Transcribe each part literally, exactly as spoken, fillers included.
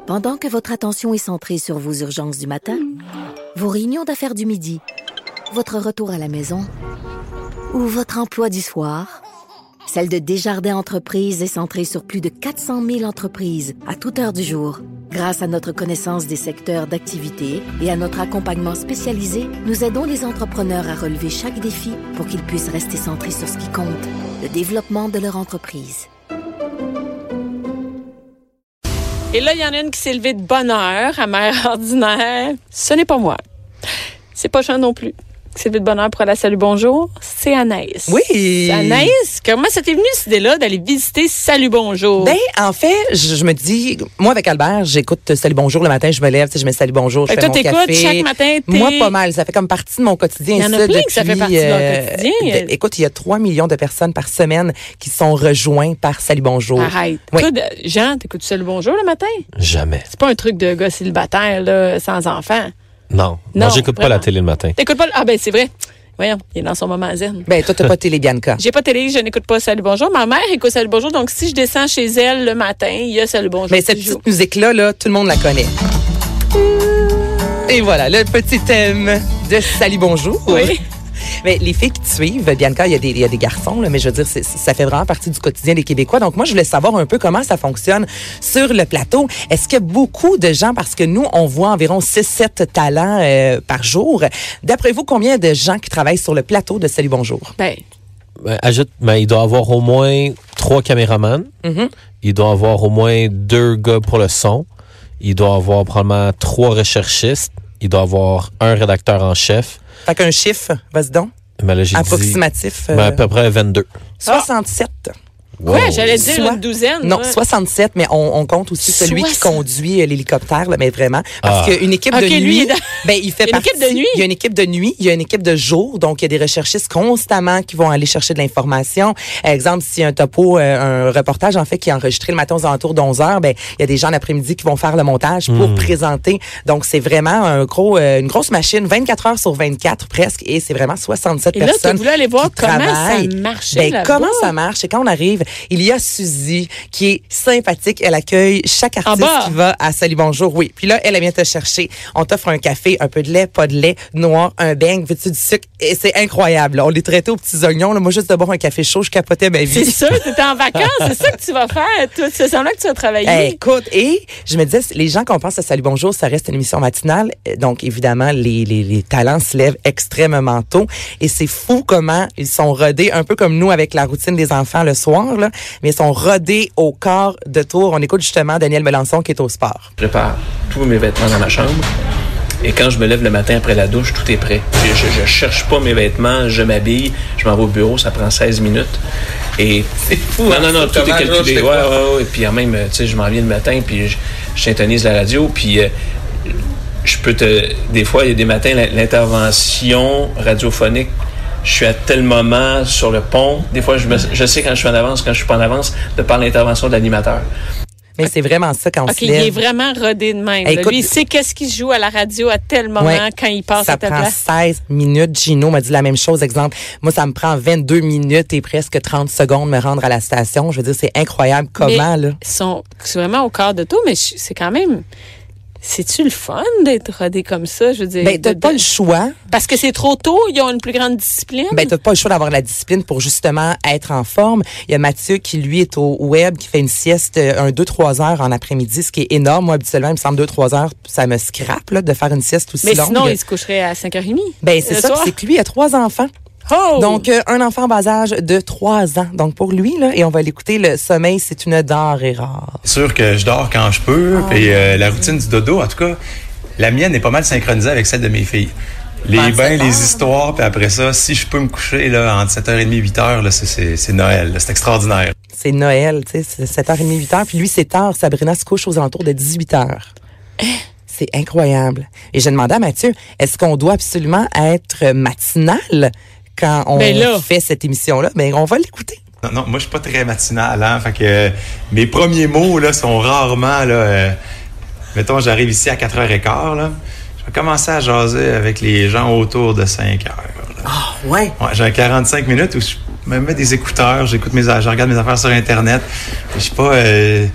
Pendant que votre attention est centrée sur vos urgences du matin, vos réunions d'affaires du midi, votre retour à la maison ou votre emploi du soir, celle de Desjardins Entreprises est centrée sur plus de quatre cent mille entreprises à toute heure du jour. Grâce à notre connaissance des secteurs d'activité et à notre accompagnement spécialisé, nous aidons les entrepreneurs à relever chaque défi pour qu'ils puissent rester centrés sur ce qui compte, le développement de leur entreprise. Et là, il y en a une qui s'est levée de bonne heure à mère ordinaire. Ce n'est pas moi. C'est pas Jean non plus. Qui s'est levée de bonne heure pour aller à Salut Bonjour. C'est Anaïs. Oui. Anaïs, comment ça t'est venu cette idée-là d'aller visiter Salut Bonjour? Ben, en fait, je, je me dis, moi avec Albert, j'écoute Salut Bonjour le matin, je me lève, tu sais, je mets Salut Bonjour, je fait fais toi, mon café. t'écoutes chaque matin, t'es... Moi, pas mal. Ça fait comme partie de mon quotidien. Il y en a ça, plein depuis, que ça fait partie de leur quotidien. Euh, de, écoute, il y a trois millions de personnes par semaine qui sont rejoints par Salut Bonjour. Arrête. Oui. Toi, de, Jean, t'écoutes Salut Bonjour le matin? Jamais. C'est pas un truc de gars célibataire, là, sans enfant. Non. Non, Non, j'écoute vraiment. pas la télé le matin. T'écoutes pas le... Ah ben, c'est vrai. Voyons, il est dans son moment zen. Ben, toi, t'as pas télé, Bianca. J'ai pas télé, je n'écoute pas Salut Bonjour. Ma mère écoute Salut Bonjour, donc si je descends chez elle le matin, il y a Salut Bonjour. Mais cette petite musique-là, là, tout le monde la connaît. Et voilà, le petit thème de Salut Bonjour. Oui. Mais les filles qui te suivent, Bianca, il y a des, il y a des garçons, là, mais je veux dire, c'est, ça fait vraiment partie du quotidien des Québécois. Donc, moi, je voulais savoir un peu comment ça fonctionne sur le plateau. Est-ce qu'il y a beaucoup de gens, parce que nous, on voit environ six sept talents euh, par jour. D'après vous, combien de gens qui travaillent sur le plateau de Salut Bonjour? Ben, Ben, ajoute, ben, il doit avoir au moins trois caméramans. Mm-hmm. Il doit avoir au moins deux gars pour le son. Il doit avoir probablement trois recherchistes. Il doit avoir un rédacteur en chef. Fait qu'un chiffre, vas-y donc, Ben, là, j'ai approximatif. dit, ben, à peu près vingt-deux. soixante-sept. Wow. ouais, j'allais dire Soit- une douzaine. Non, ouais. soixante-sept, mais on, on compte aussi celui qui soixante conduit euh, l'hélicoptère, là, mais vraiment. Parce Ah. qu'une équipe Ok, de lui, nuit, il est dans- ben, il fait Il y a une partie. équipe de nuit? Il y a une équipe de nuit, il y a une équipe de jour, donc il y a des recherchistes constamment qui vont aller chercher de l'information. Exemple, s'il y a un topo, euh, un reportage, en fait, qui est enregistré le matin aux alentours d'onze heures, ben, il y a des gens l'après-midi qui vont faire le montage pour Mm. présenter. Donc, c'est vraiment un gros, euh, une grosse machine, vingt-quatre heures sur vingt-quatre presque, et c'est vraiment soixante-sept Et là, tu personnes. voulais aller voir qui comment travaillent. ça marchait Ben, là-bas. comment ça marche? Et quand on arrive, il y a Suzy qui est sympathique. Elle accueille chaque artiste bas. qui va à Salut Bonjour. Oui. Puis là, elle, elle vient te chercher. On t'offre un café, un peu de lait, pas de lait, noir, un beigne, veux-tu du sucre? Et c'est incroyable. là. On les traitait aux petits oignons. Là. Moi, juste de boire un café chaud, je capotais ma vie. C'est sûr, t'étais en vacances, c'est ça que tu vas faire. Toi, c'est ça là que tu vas travailler. Hey, écoute, et je me disais, les gens qu'on pense à Salut Bonjour, ça reste une émission matinale. Donc, évidemment, les, les, les talents se lèvent extrêmement tôt. Et c'est fou comment ils sont rodés, un peu comme nous avec la routine des enfants le soir, là, mais ils sont rodés au quart de tour. On écoute justement Daniel Melançon qui est au sport. Je prépare tous mes vêtements dans ma chambre. Et quand je me lève le matin après la douche, tout est prêt. Je, je, je cherche pas mes vêtements, je m'habille, je m'en vais au bureau, ça prend seize minutes. Et c'est fou. Non, non, non, tout est calculé. Ouais, ouais, ouais. Et puis, même, tu sais, je m'en viens le matin, puis je, je syntonise la radio, puis euh, je peux te. Des fois, il y a des matins, l'intervention radiophonique, je suis à tel moment sur le pont. Des fois, je, me, je sais quand je suis en avance, quand je suis pas en avance, de par l'intervention de l'animateur. Mais c'est vraiment ça quand on OK, se il lève. est vraiment rodé de même. Hey, là. écoute, Lui, il sait qu'est-ce qui se joue à la radio à tel moment Ouais, quand il passe ça à ta prend place. seize minutes. Gino m'a dit la même chose. Exemple, moi, ça me prend vingt-deux minutes et presque trente secondes de me rendre à la station. Je veux dire, c'est incroyable comment, Mais là. Ils sont c'est vraiment au quart de tout, mais je- c'est quand même... C'est-tu le fun d'être rodé comme ça? Je veux dire, Ben, t'as de- pas de- le choix. Parce que c'est trop tôt, ils ont une plus grande discipline. Ben, t'as pas le choix d'avoir la discipline pour justement être en forme. Il y a Mathieu qui, lui, est au web, qui fait une sieste, euh, un deux trois heures en après-midi, ce qui est énorme. Moi, habituellement, il me semble deux trois heures, ça me scrape, là, de faire une sieste aussi mais longue. sinon, il se coucherait à cinq heures trente. Ben, c'est le ça. soir. C'est que lui, il a trois enfants. Oh! Donc, euh, un enfant en bas âge de trois ans. Donc, pour lui, là, et on va l'écouter, le sommeil, c'est une denrée rare. C'est sûr que je dors quand je peux, puis euh, la routine du dodo, en tout cas, la mienne est pas mal synchronisée avec celle de mes filles. Les vingt-sept bains, heures. les histoires, puis après ça, si je peux me coucher là, entre sept heures trente et huit heures, là, c'est, c'est, c'est Noël, là, c'est extraordinaire. C'est Noël, tu sais, c'est sept heures trente, huit heures. Puis lui, c'est tard. Sabrina se couche aux alentours de dix-huit heures. C'est incroyable. Et j'ai demandé à Mathieu, est-ce qu'on doit absolument être matinal quand on Ben là. fait cette émission-là? Ben, on va l'écouter. Non, non, moi, je suis pas très matinal, hein, fait que euh, mes premiers mots, là, sont rarement, là, euh, mettons, j'arrive ici à quatre heures quinze, là, je vais commencer à jaser avec les gens autour de cinq heures. Ah, ouais. Ouais, j'ai quarante-cinq minutes où je me mets des écouteurs, j'écoute mes, je regarde mes affaires sur Internet. Je sais pas, euh,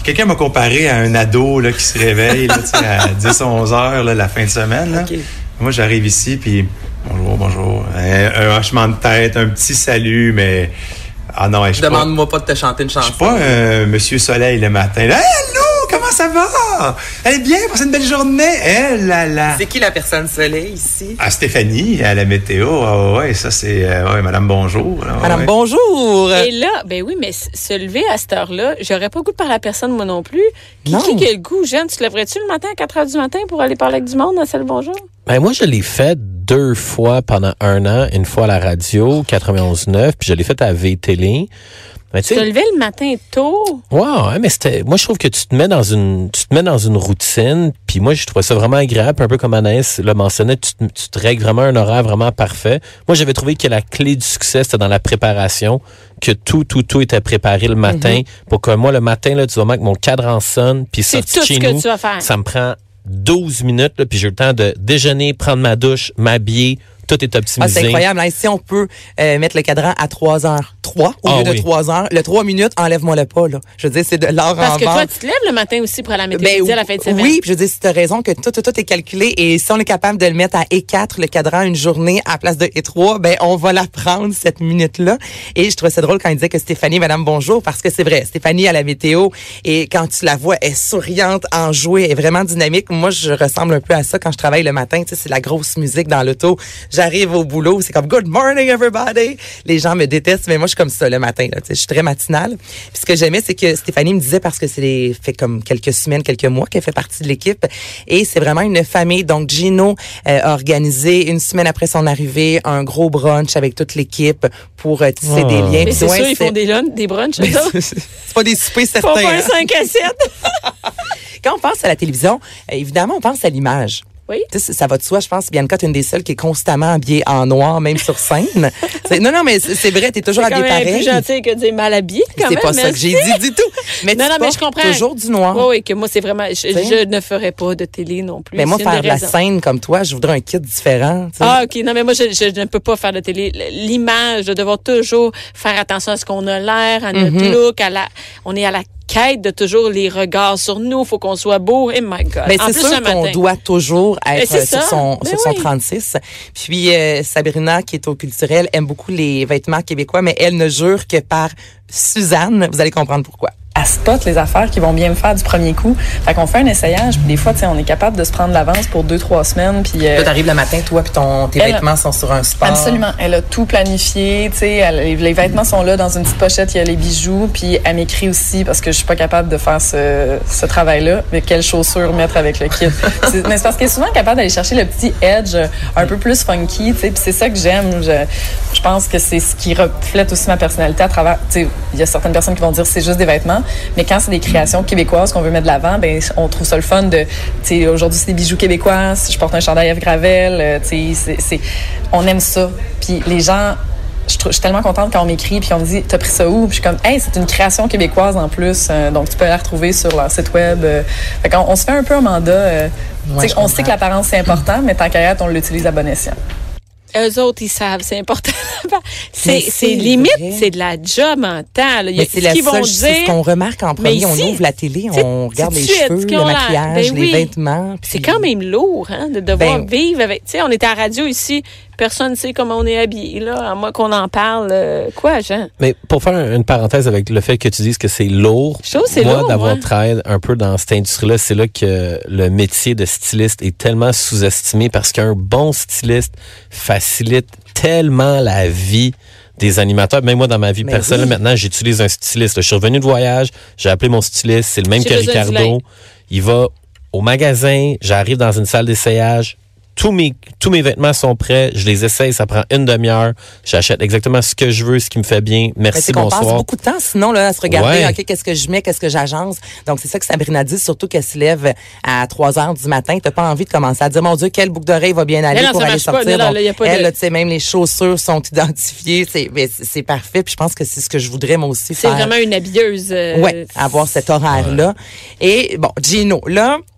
quelqu'un m'a comparé à un ado là, qui se réveille là, à dix onze heures là, la fin de semaine. Là. Okay. Moi, j'arrive ici, puis bonjour, bonjour. Un, un hochement de tête, un petit salut, mais... Ah non, je Demande-moi pas, pas de te chanter une chanson. Je suis pas un Monsieur Soleil le matin. Là, hey, allô, comment ça va? Elle est bien, passez une belle journée. Eh là là. C'est qui la personne soleil ici? Ah, Stéphanie, à la météo. Ah ouais, ça c'est... Euh, ouais, Madame Bonjour. Là, Madame ouais. Bonjour. Et là, ben oui, mais se lever à cette heure-là, j'aurais pas le goût de parler à personne, moi non plus. Qui, non. qui a le goût, Jeanne? Tu te lèverais-tu le matin à quatre heures du matin pour aller parler avec du monde à Salut Bonjour? Ben moi, je l'ai fait deux fois pendant un an. Une fois à la radio, quatre-vingt-onze neuf, puis je l'ai fait à V-Télé. Ben, tu te levais le matin tôt. Wow, ouais, mais c'était. Moi, je trouve que tu te mets dans une, tu te mets dans une routine. Puis moi, je trouvais ça vraiment agréable, un peu comme Anaïs le mentionnait. Tu, tu te règles vraiment un horaire vraiment parfait. Moi, j'avais trouvé que la clé du succès c'était dans la préparation, que tout, tout, tout était préparé le matin, mm-hmm. pour que moi le matin là, tu vas mettre que mon cadran sonne, puis sortir chez nous, tu vas faire. Ça me prend douze minutes, là, puis j'ai le temps de déjeuner, prendre ma douche, m'habiller. Tout est optimisé. Ah, c'est incroyable. Là, ici, on peut euh, mettre le cadran à trois heures trois au ah, lieu oui. de trois heures. Le trois minutes, enlève-moi le pas. Là. Je veux dire, c'est de l'or en Parce que vente. toi, tu te lèves le matin aussi pour aller à la météo ben, à la fin de semaine. Oui, puis je veux dire, tu as raison que tout, tout, tout est calculé. Et si on est capable de le mettre à E quatre, le cadran, une journée à la place de E trois, ben on va la prendre, cette minute-là. Et je trouvais ça drôle quand il disait que Stéphanie, Madame Bonjour, parce que c'est vrai, Stéphanie à la météo, et quand tu la vois, elle est souriante, enjouée, elle est vraiment dynamique. Moi, je ressemble un peu à ça quand je travaille le matin. Tu sais, c'est la grosse musique dans l'auto. J'arrive au boulot, c'est comme good morning everybody. Les gens me détestent, mais moi je suis comme ça le matin. Là, je suis très matinale. Puis ce que j'aimais, c'est que Stéphanie me disait, parce que c'est fait comme quelques semaines, quelques mois qu'elle fait partie de l'équipe, et c'est vraiment une famille. Donc Gino euh, a organisé une semaine après son arrivée un gros brunch avec toute l'équipe pour euh, tisser oh. des liens. Mais c'est ouais, sûr, ils font des lunchs, des brunchs. C'est pas des soupers certains. Ils font pas un hein. cinq à sept. Quand on pense à la télévision, euh, évidemment, on pense à l'image. Oui. Tu sais, ça va de soi, je pense. Bianca, t'es une des seules qui est constamment habillée en noir, même sur scène. c'est, non, non, mais c'est, c'est vrai, t'es toujours c'est habillée pareil. C'est plus gentil que dire mal habillée, quand c'est même. pas ça que j'ai dit du tout. Mais non, tu non, mais je comprends. toujours du noir. Oui, oui, que moi, c'est vraiment... Je, je ne ferais pas de télé non plus. Mais moi, c'est faire de la scène comme toi, je voudrais un kit différent. T'sais. Ah, OK. Non, mais moi, je, je ne peux pas faire de télé. L'image, de devoir toujours faire attention à ce qu'on a l'air, à notre mm-hmm. look, à la... On est à la quête de toujours les regards sur nous. Il faut qu'on soit beau. Oh my God. Ben, en c'est plus, sûr qu'on matin. doit toujours être sur ça. son, ben sur oui. son trente-six. Puis euh, Sabrina, qui est au culturel, aime beaucoup les vêtements québécois, mais elle ne jure que par Suzanne. Vous allez comprendre pourquoi. Elle spot les affaires qui vont bien me faire du premier coup. Fait qu'on fait un essayage, puis des fois, tu sais, on est capable de se prendre l'avance pour deux, trois semaines. Puis euh, là, t'arrives le matin, toi, puis ton, tes elle, vêtements sont sur un support. Absolument. Elle a tout planifié, tu sais. Les vêtements sont là dans une petite pochette, il y a les bijoux, puis elle m'écrit aussi parce que je suis pas capable de faire ce, ce travail-là. Mais quelles chaussures mettre avec le kit. c'est, mais c'est parce qu'elle est souvent capable d'aller chercher le petit edge un peu plus funky, tu sais. Puis c'est ça que j'aime. Je, je pense que c'est ce qui reflète aussi ma personnalité à travers. Tu sais, il y a certaines personnes qui vont dire c'est juste des vêtements. Mais quand c'est des créations québécoises qu'on veut mettre de l'avant, ben on trouve ça le fun de, tu sais, aujourd'hui c'est des bijoux québécois, je porte un chandail F. Gravel, tu sais, c'est, c'est, on aime ça. Puis les gens, je, je suis tellement contente quand on m'écrit puis on me dit t'as pris ça où? Puis je suis comme hey, c'est une création québécoise en plus, euh, donc tu peux la retrouver sur leur site web. Euh, fait qu'on on se fait un peu un mandat. Euh, ouais, on sait que l'apparence c'est important, mais tant qu'à y être, on l'utilise à bon escient. Eux autres, ils savent, c'est important. c'est, c'est, c'est limite, vrai. C'est de la job mentale. Il y a c'est ce qu'ils vont dire. C'est ce qu'on remarque en premier. On ouvre la télé, on regarde les cheveux, le maquillage, ben oui. les vêtements. Puis... C'est quand même lourd, hein, de devoir ben... vivre avec. Tu sais, on est à la radio ici. Personne ne sait comment on est habillé, là, à moins qu'on en parle. Euh, quoi, Jean? Mais pour faire une parenthèse avec le fait que tu dises que c'est lourd, je trouve que c'est moi, lourd, d'avoir ouais. travaillé un peu dans cette industrie-là, c'est là que le métier de styliste est tellement sous-estimé parce qu'un bon styliste facilite tellement la vie des animateurs. Même moi, dans ma vie Mais personnelle, oui. maintenant, j'utilise un styliste. Je suis revenu de voyage, j'ai appelé mon styliste, c'est le même j'ai que Ricardo. Il va au magasin, j'arrive dans une salle d'essayage, Tous mes, tous mes vêtements sont prêts, je les essaye, ça prend une demi-heure, j'achète exactement ce que je veux, ce qui me fait bien, merci, bonsoir. On bonsoir. passe beaucoup de temps sinon là, à se regarder, ouais. OK, qu'est-ce que je mets, qu'est-ce que j'agence. Donc c'est ça que Sabrina dit, surtout qu'elle se lève à trois heures du matin, t'as pas envie de commencer à dire, mon Dieu, quelle boucle d'oreille va bien aller non, pour aller sortir. Pas, non, Donc, là, y a pas elle, de... tu sais, même les chaussures sont identifiées, c'est, mais c'est parfait, puis je pense que c'est ce que je voudrais moi aussi c'est faire. C'est vraiment une habilleuse. Euh... Ouais, avoir cet horaire-là. Ouais. Et bon, Gino, là...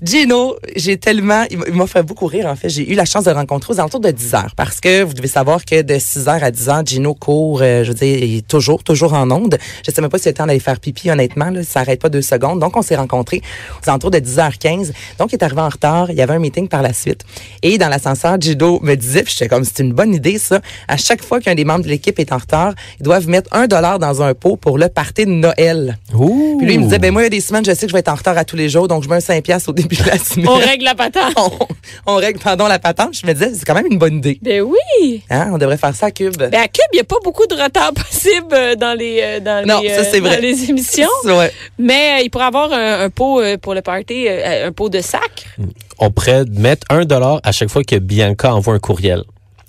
Gino, j'ai tellement, il m'a- il m'a fait beaucoup rire, en fait. J'ai eu la chance de le rencontrer aux alentours de dix heures. Parce que vous devez savoir que de six heures à dix heures, Gino court, euh, je veux dire, il est toujours, toujours en onde. Je sais même pas si le temps d'aller faire pipi, honnêtement, là. Ça arrête pas deux secondes. Donc, on s'est rencontrés aux alentours de dix heures quinze. Donc, il est arrivé en retard. Il y avait un meeting par la suite. Et dans l'ascenseur, Gino me disait, puis j'étais comme, c'est une bonne idée, ça. À chaque fois qu'un des membres de l'équipe est en retard, ils doivent mettre un dollar dans un pot pour le party de Noël. Ouh. Puis lui, il me disait, ben moi, il y a des semaines, je sais que je vais être en retard à tous les jours, donc je mets un cinq piastres au début de la semaine. On règle la patente. on, on règle, pardon, la patente. Je me disais, c'est quand même une bonne idée. Ben oui. Hein? On devrait faire ça à Cube. Ben à Cube, il n'y a pas beaucoup de retard possible euh, dans les, euh, dans Non, les, ça, c'est dans vrai. les émissions. Ouais. Mais euh, il pourrait avoir un, un pot euh, pour le party, euh, un pot de sac. On pourrait mettre un dollar à chaque fois que Bianca envoie un courriel.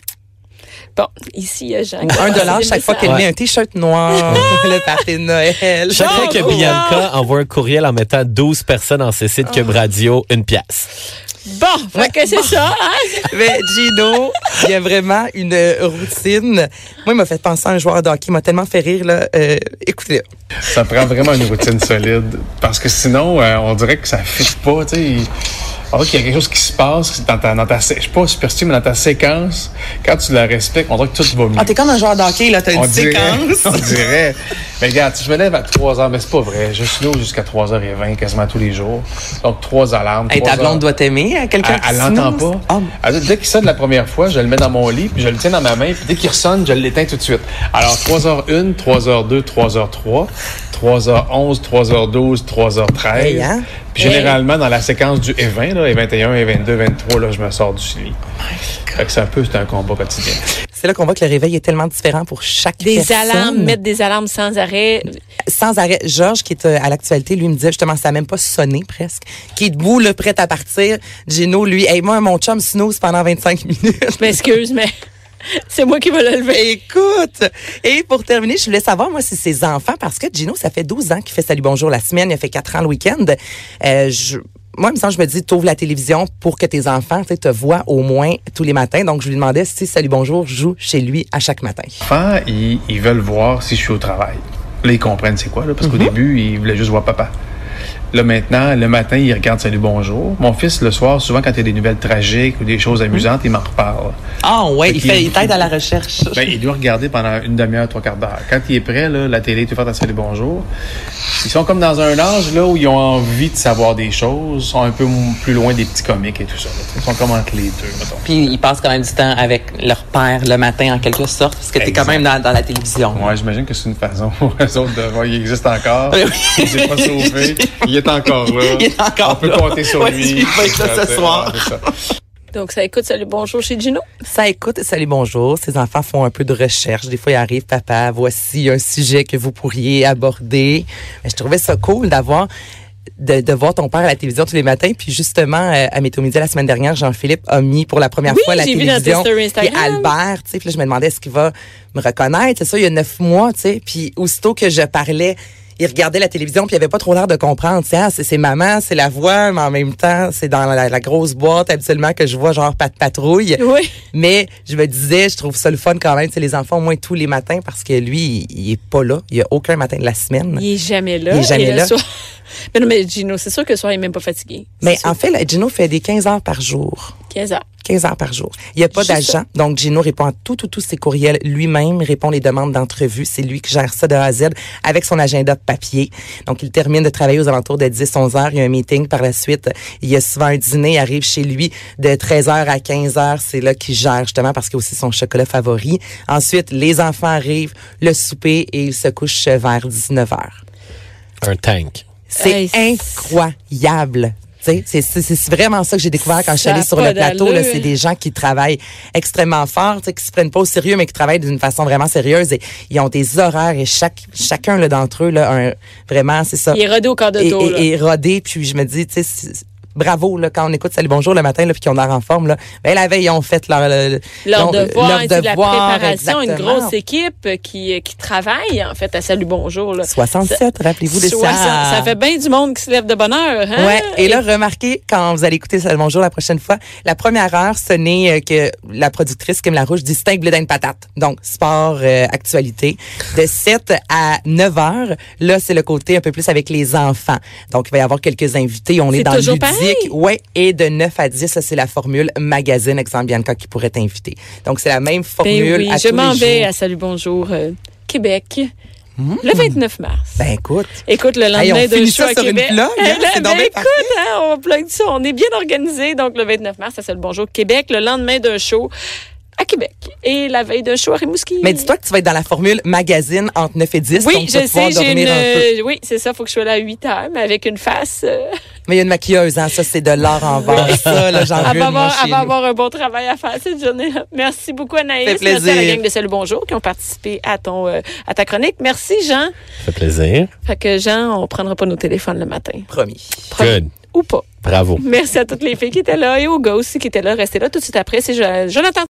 Bon, ici, il y a Jean. Un dollar chaque fois qu'elle Ouais. met un t-shirt noir, le party de Noël. Chaque fois que Oh, Bianca envoie un courriel en mettant douze personnes en C C de Cube Radio, une pièce. Bon, fait Ouais, que c'est bon. ça, hein? Mais Gino, il y a vraiment une routine. Moi, il m'a fait penser à un joueur de hockey. Il m'a tellement fait rire, là. Euh, écoutez. Ça prend vraiment une routine solide. Parce que sinon, euh, on dirait que ça ne fit pas. Tu sais, il- on dirait qu'il y a quelque chose qui se passe dans ta, dans ta, sé- je sais pas superstitieux, mais dans ta séquence. Quand tu la respectes, on dirait que tout va mieux. Ah, t'es comme un joueur de hockey, là. T'as une on dirait, séquence. on dirait. Mais regarde, si je me lève à trois heures, mais c'est pas vrai. Je suis là jusqu'à trois heures vingt quasiment tous les jours. Donc, trois alarmes. Hey, trois ta blonde heures. doit t'aimer, hein, quelqu'un Elle, qui elle snooze. l'entend pas. Ah, Elle dit, dès qu'il sonne la première fois, je le mets dans mon lit, puis je le tiens dans ma main, puis dès qu'il ressonne, je l'éteins tout de suite. Alors, trois heures un, trois heures deux, trois heures trois, trois heures onze, trois heures douze, trois heures treize. Hey, hein? Puis généralement, dans la séquence du E vingt, là, E vingt et un, E vingt-deux, vingt-trois, là, je me sors du lit. Fait que c'est un peu, c'est un combat quotidien. C'est là qu'on voit que le réveil est tellement différent pour chaque Des personne. alarmes, mettre des alarmes sans arrêt. Sans arrêt. Georges, qui est euh, à l'actualité, lui me disait justement, ça n'a même pas sonné presque, qui est debout, là, prêt à partir. Gino, lui, hey, moi, mon chum snooze pendant vingt-cinq minutes. Je m'excuse, mais c'est moi qui vais le lever. Écoute, et pour terminer, je voulais savoir, moi, si ses enfants, parce que Gino, ça fait douze ans qu'il fait Salut Bonjour la semaine, il a fait quatre ans le week-end. Euh, je, moi, il me semble, je me dis, t'ouvres la télévision pour que tes enfants, tu sais, te voient au moins tous les matins. Donc, je lui demandais si Salut Bonjour joue chez lui à chaque matin. Les enfants, ils, ils veulent voir si je suis au travail. Là, ils comprennent c'est quoi, là, parce qu'au début, ils voulaient juste voir papa. Là, maintenant, le matin, il regarde Salut Bonjour. Mon fils, le soir, souvent, quand il y a des nouvelles tragiques ou des choses amusantes, il m'en reparle. Ah, ouais, Fait il qu'il- fait, il t'aide à la recherche. Ben, il doit regarder pendant une demi-heure, trois quarts d'heure. Quand il est prêt, là, la télé est ouverte à Salut Bonjour. Ils sont comme dans un âge là où ils ont envie de savoir des choses, sont un peu m- plus loin des petits comiques et tout ça. Là. Ils sont comme entre les deux, mettons. Puis ils passent quand même du temps avec leur père le matin, en quelque sorte, parce que t'es quand Exact. même dans, dans la télévision. Ouais, j'imagine que c'est une façon pour eux autres de voir, il existe encore. Oui. Il s'est pas sauvé. Il est encore là. Il est encore On peut là. compter sur Ouais, lui. il va être là ce C'est- soir. ouais, c'est ça. Donc, ça écoute Salut Bonjour chez Gino. Ça écoute, salut, bonjour. Ces enfants font un peu de recherche. Des fois, ils arrivent, papa, voici un sujet que vous pourriez aborder. Mais je trouvais ça cool d'avoir, de, de voir ton père à la télévision tous les matins. Puis justement, euh, à Météo Midi la semaine dernière, Jean-Philippe a mis pour la première Oui, fois la j'ai vu dans tes télévision. stories Instagram. Puis Albert, tu sais, puis là, je me demandais est-ce qu'il va me reconnaître. C'est ça, il y a neuf mois, tu sais. Puis aussitôt que je parlais, il regardait la télévision puis il avait pas trop l'air de comprendre. Tu sais, ah, c'est, c'est maman, c'est la voix, mais en même temps, c'est dans la, la grosse boîte habituellement que je vois genre Pat Patrouille. Oui. Mais je me disais, je trouve ça le fun quand même, tu sais, les enfants au moins tous les matins parce que lui, il, il est pas là. Il y a aucun matin de la semaine. Il est jamais là. Il est jamais Et le là. soir- Mais non, mais Gino, c'est sûr que le soir, il est même pas fatigué. C'est Mais sûr. en fait, là, Gino fait des quinze heures par jour. quinze heures. quinze heures par jour. Il n'y a pas Juste d'agent. ça. Donc, Gino répond à tout, tout, tous ses courriels lui-même, répond les demandes d'entrevue. C'est lui qui gère ça de A à Z avec son agenda papier. Donc, il termine de travailler aux alentours de dix, onze heures. Il y a un meeting par la suite. Il y a souvent un dîner. Il arrive chez lui de treize heures à quinze heures. C'est là qu'il gère justement parce qu'il a aussi son chocolat favori. Ensuite, les enfants arrivent, le souper et il se couche vers dix-neuf heures. Un tank. C'est Hey, c'est- incroyable. Tu sais, C'est, c'est, c'est vraiment ça que j'ai découvert quand je suis Ça allée a sur pas le plateau. Là, d'allure. c'est des gens qui travaillent extrêmement fort, tu sais, qui se prennent pas au sérieux, mais qui travaillent d'une façon vraiment sérieuse. Et ils ont des horaires et chaque chacun là, d'entre eux, là, un, vraiment, c'est ça. Il est rodé au quart de et, tour. là. et, et rodé. Puis je me dis, tu sais, c'est- bravo là, quand on écoute Salut Bonjour le matin, là, puis qu'ils ont l'air en forme. Là, ben, la veille, ils ont fait leur, le- Leur ils ont- devoir, leur et de la devoir, préparation, une exactement. grosse équipe qui, qui travaille, en fait, à Salut Bonjour. Là. soixante-sept, rappelez-vous de soixante, ça. ça fait bien du monde qui se lève de bonne heure. Hein? Ouais. Et là, remarquez, quand vous allez écouter Salut Bonjour la prochaine fois, la première heure, ce n'est euh, que la productrice Kim Larouche distingue blé d'Inde patate. Donc, sport, euh, actualité. De sept à neuf heures, là, c'est le côté un peu plus avec les enfants. Donc, il va y avoir quelques invités. On est, C'est dans le toujours ludique. ludique. Ouais, et de neuf à dix, ça, c'est la formule magazine, exemple Bianca, qui pourrait t'inviter. Donc, c'est la même formule Ben oui, à je tous m'en les vais jours. à Salut Bonjour euh, Québec. Mmh. Le vingt-neuf mars. Ben écoute. Écoute, le lendemain Hey, on de finit show ça à sur une Québec. plug, hein? Eh, C'est ben, donc bien écoute, hein, on plug ça. On est bien organisé. Donc, le vingt-neuf mars, ça c'est le Bonjour Québec. Le lendemain d'un show à Québec. Et la veille d'un show à Rimouski. Mais dis-toi que tu vas être dans la formule magazine entre neuf et dix. Oui, donc tu vas je pouvoir sais, j'ai dormir une. un peu. Oui, c'est ça, faut que je sois là à huit heures, mais avec une face. Euh, Mais il y a une maquilleuse, hein, ça, c'est de l'art en verre. Ça, là, j'en elle veux va une, moi, avoir, chez elle va nous. avoir un bon travail à faire cette journée-là. Merci beaucoup, Anaïs. Ça fait Merci à la plaisir. gang de Salut Bonjour qui ont participé à ton euh, à ta chronique. Merci, Jean. Ça fait plaisir. Fait que, Jean, on prendra pas nos téléphones le matin. Promis. Promis. Good. Ou pas. Bravo. Merci à toutes les filles qui étaient là et aux gars aussi qui étaient là. Restez là tout de suite après. C'est Jo- Jonathan.